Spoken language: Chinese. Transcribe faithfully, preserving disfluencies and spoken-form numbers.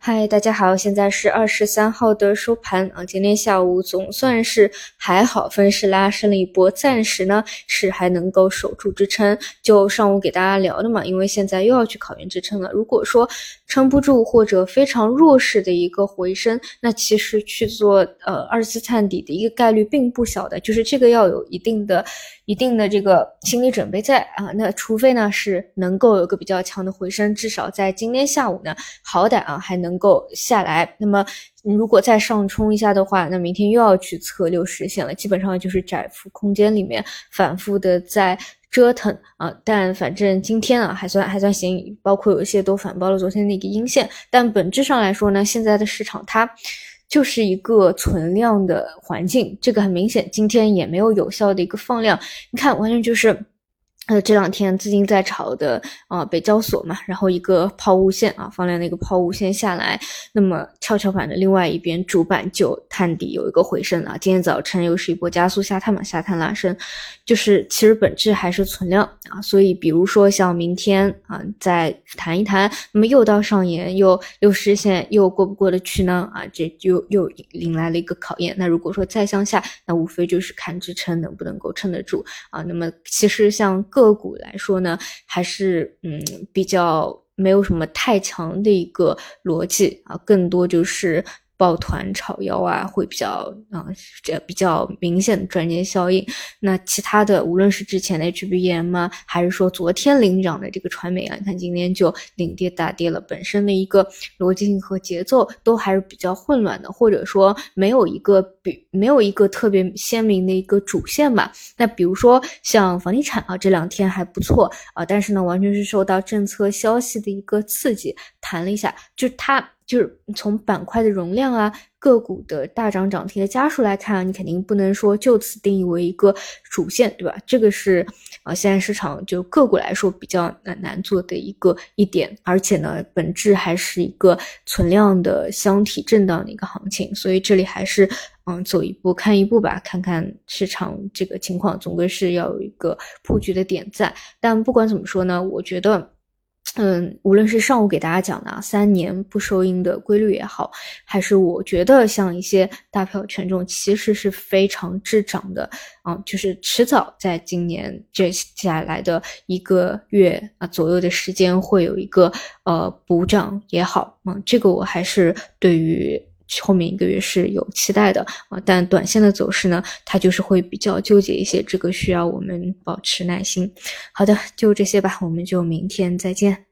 嗨，大家好，现在是二十三号的收盘啊，今天下午总算是还好，分时拉升了一波，暂时呢是还能够守住支撑。就上午给大家聊的嘛，因为现在又要去考验支撑了。如果说撑不住或者非常弱势的一个回升，那其实去做呃二次探底的一个概率并不小的，就是这个要有一定的一定的这个心理准备在啊。那除非呢是能够有个比较强的回升，至少在今天下午呢，好歹啊还能。能够下来，那么如果再上冲一下的话，那明天又要去测六十线了，基本上就是窄幅空间里面反复的在折腾啊。但反正今天啊还算还算行，包括有一些都反包了昨天的一个阴线，但本质上来说呢，现在的市场它就是一个存量的环境，这个很明显，今天也没有有效的一个放量，你看完全就是呃，这两天资金在炒的啊、呃，北交所嘛，然后一个抛物线啊，放量的一个抛物线下来，那么跷跷板的另外一边主板就探底有一个回升啊，今天早晨又是一波加速下探嘛，下探拉升，就是其实本质还是存量啊，所以比如说像明天啊再谈一谈，那么又到上沿又六十线又过不过得去呢啊，这就又迎来了一个考验。那如果说再向下，那无非就是看支撑能不能够撑得住啊。那么其实像个个股来说呢，还是嗯比较没有什么太强的一个逻辑啊，更多就是抱团炒妖啊，会比较啊这比较明显的赚钱效应。那其他的无论是之前的 H B M 啊，还是说昨天领涨的这个传媒啊，你看今天就领跌大跌了，本身的一个逻辑性和节奏都还是比较混乱的，或者说没有一个比没有一个特别鲜明的一个主线吧。那比如说像房地产啊，这两天还不错啊，但是呢，完全是受到政策消息的一个刺激，弹了一下，就是它。就是从板块的容量啊，个股的大涨涨停的家数来看，你肯定不能说就此定义为一个主线，对吧？这个是啊、呃，现在市场就个股来说比较难难做的一个一点，而且呢，本质还是一个存量的箱体震荡的一个行情，所以这里还是嗯走一步看一步吧，看看市场这个情况，总归是要有一个布局的点在。但不管怎么说呢，我觉得。嗯，无论是上午给大家讲的啊，三年不收阴的规律也好，还是我觉得像一些大票权重其实是非常滞涨的啊、嗯，就是迟早在今年接下来的一个月啊左右的时间会有一个呃补涨也好啊、嗯，这个我还是对于。后面一个月是有期待的啊，但短线的走势呢，它就是会比较纠结一些，这个需要我们保持耐心。好的，就这些吧，我们就明天再见。